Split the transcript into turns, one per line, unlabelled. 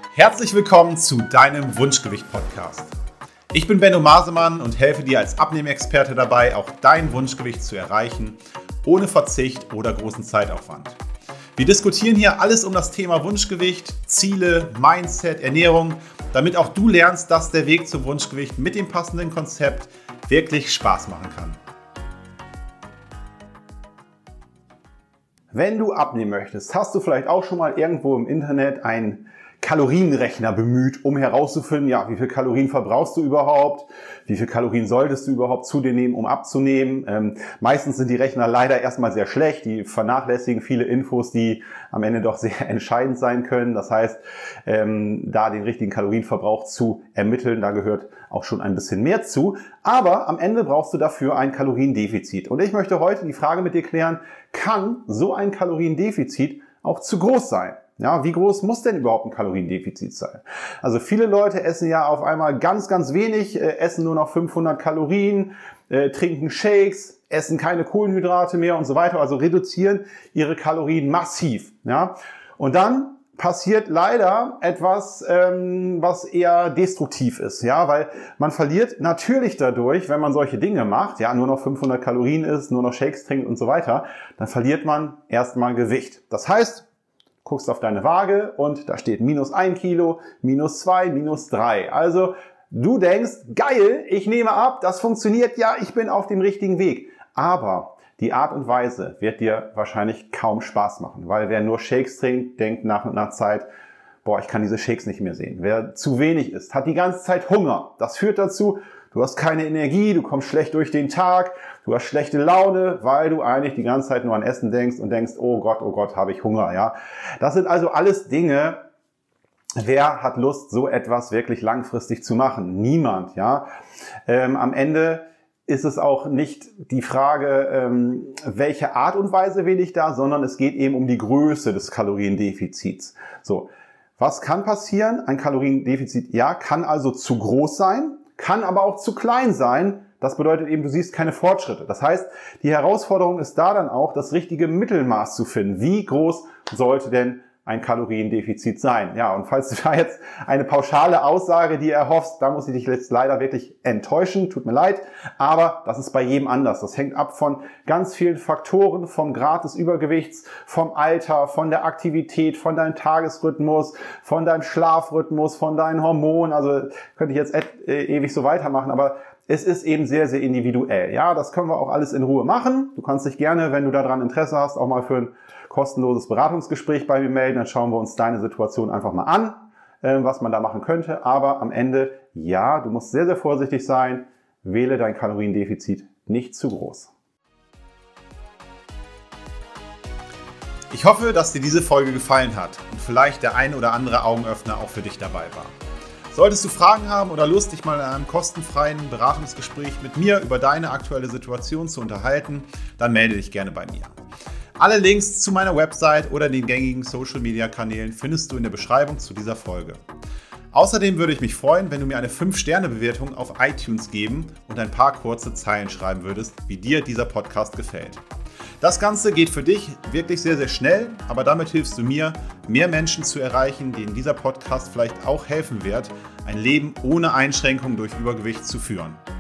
Herzlich willkommen zu deinem Wunschgewicht-Podcast. Ich bin Benno Masemann und helfe dir als Abnehmexperte dabei, auch dein Wunschgewicht zu erreichen, ohne Verzicht oder großen Zeitaufwand. Wir diskutieren hier alles um das Thema Wunschgewicht, Ziele, Mindset, Ernährung, damit auch du lernst, dass der Weg zum Wunschgewicht mit dem passenden Konzept wirklich Spaß machen kann. Wenn du abnehmen möchtest, hast du vielleicht auch schon mal irgendwo im Internet einen Kalorienrechner bemüht, um herauszufinden, wie viel Kalorien verbrauchst du überhaupt, wie viel Kalorien solltest du überhaupt zu dir nehmen, um abzunehmen. Meistens sind die Rechner leider erstmal sehr schlecht, die vernachlässigen viele Infos, die am Ende doch sehr entscheidend sein können. Das heißt, da den richtigen Kalorienverbrauch zu ermitteln, da gehört auch schon ein bisschen mehr zu. Aber am Ende brauchst du dafür ein Kaloriendefizit. Und ich möchte heute die Frage mit dir klären, kann so ein Kaloriendefizit auch zu groß sein? Ja, wie groß muss denn überhaupt ein Kaloriendefizit sein? Also viele Leute essen ja auf einmal ganz wenig, essen nur noch 500 Kalorien, trinken Shakes, essen keine Kohlenhydrate mehr und so weiter, also reduzieren ihre Kalorien massiv. Ja? Und dann passiert leider etwas, was eher destruktiv ist, ja, weil man verliert natürlich dadurch, wenn man solche Dinge macht, ja, nur noch 500 Kalorien isst, nur noch Shakes trinkt und so weiter, dann verliert man erstmal Gewicht. Das heißt, guckst auf deine Waage und da steht -1 Kilo, -2, -3. Also du denkst, geil, ich nehme ab, das funktioniert, ja, ich bin auf dem richtigen Weg. Aber die Art und Weise wird dir wahrscheinlich kaum Spaß machen, weil wer nur Shakes trinkt, denkt nach einer Zeit, ich kann diese Shakes nicht mehr sehen. Wer zu wenig isst, hat die ganze Zeit Hunger. Das führt dazu, du hast keine Energie, du kommst schlecht durch den Tag, du hast schlechte Laune, weil du eigentlich die ganze Zeit nur an Essen denkst und denkst, oh Gott, habe ich Hunger, ja. Das sind also alles Dinge, wer hat Lust, so etwas wirklich langfristig zu machen? Niemand, ja. Am Ende ist es auch nicht die Frage, welche Art und Weise wähle ich da, sondern es geht eben um die Größe des Kaloriendefizits. So, was kann passieren? Ein Kaloriendefizit, kann also zu groß sein, kann aber auch zu klein sein. Das bedeutet eben, du siehst keine Fortschritte. Das heißt, die Herausforderung ist da dann auch, das richtige Mittelmaß zu finden. Wie groß sollte denn ein Kaloriendefizit sein? Ja, und falls du da jetzt eine pauschale Aussage dir erhoffst, da muss ich dich jetzt leider wirklich enttäuschen, tut mir leid, aber das ist bei jedem anders. Das hängt ab von ganz vielen Faktoren, vom Grad des Übergewichts, vom Alter, von der Aktivität, von deinem Tagesrhythmus, von deinem Schlafrhythmus, von deinen Hormonen. Also könnte ich jetzt ewig so weitermachen, aber es ist eben sehr, sehr individuell. Ja, das können wir auch alles in Ruhe machen. Du kannst dich gerne, wenn du daran Interesse hast, auch mal für ein kostenloses Beratungsgespräch bei mir melden. Dann schauen wir uns deine Situation einfach mal an, was man da machen könnte. Aber am Ende, du musst sehr, sehr vorsichtig sein. Wähle dein Kaloriendefizit nicht zu groß. Ich hoffe, dass dir diese Folge gefallen hat und vielleicht der ein oder andere Augenöffner auch für dich dabei war. Solltest du Fragen haben oder Lust, dich mal in einem kostenfreien Beratungsgespräch mit mir über deine aktuelle Situation zu unterhalten, dann melde dich gerne bei mir. Alle Links zu meiner Website oder den gängigen Social-Media-Kanälen findest du in der Beschreibung zu dieser Folge. Außerdem würde ich mich freuen, wenn du mir eine 5-Sterne-Bewertung auf iTunes geben und ein paar kurze Zeilen schreiben würdest, wie dir dieser Podcast gefällt. Das Ganze geht für dich wirklich sehr, sehr schnell, aber damit hilfst du mir, mehr Menschen zu erreichen, denen dieser Podcast vielleicht auch helfen wird, ein Leben ohne Einschränkung durch Übergewicht zu führen.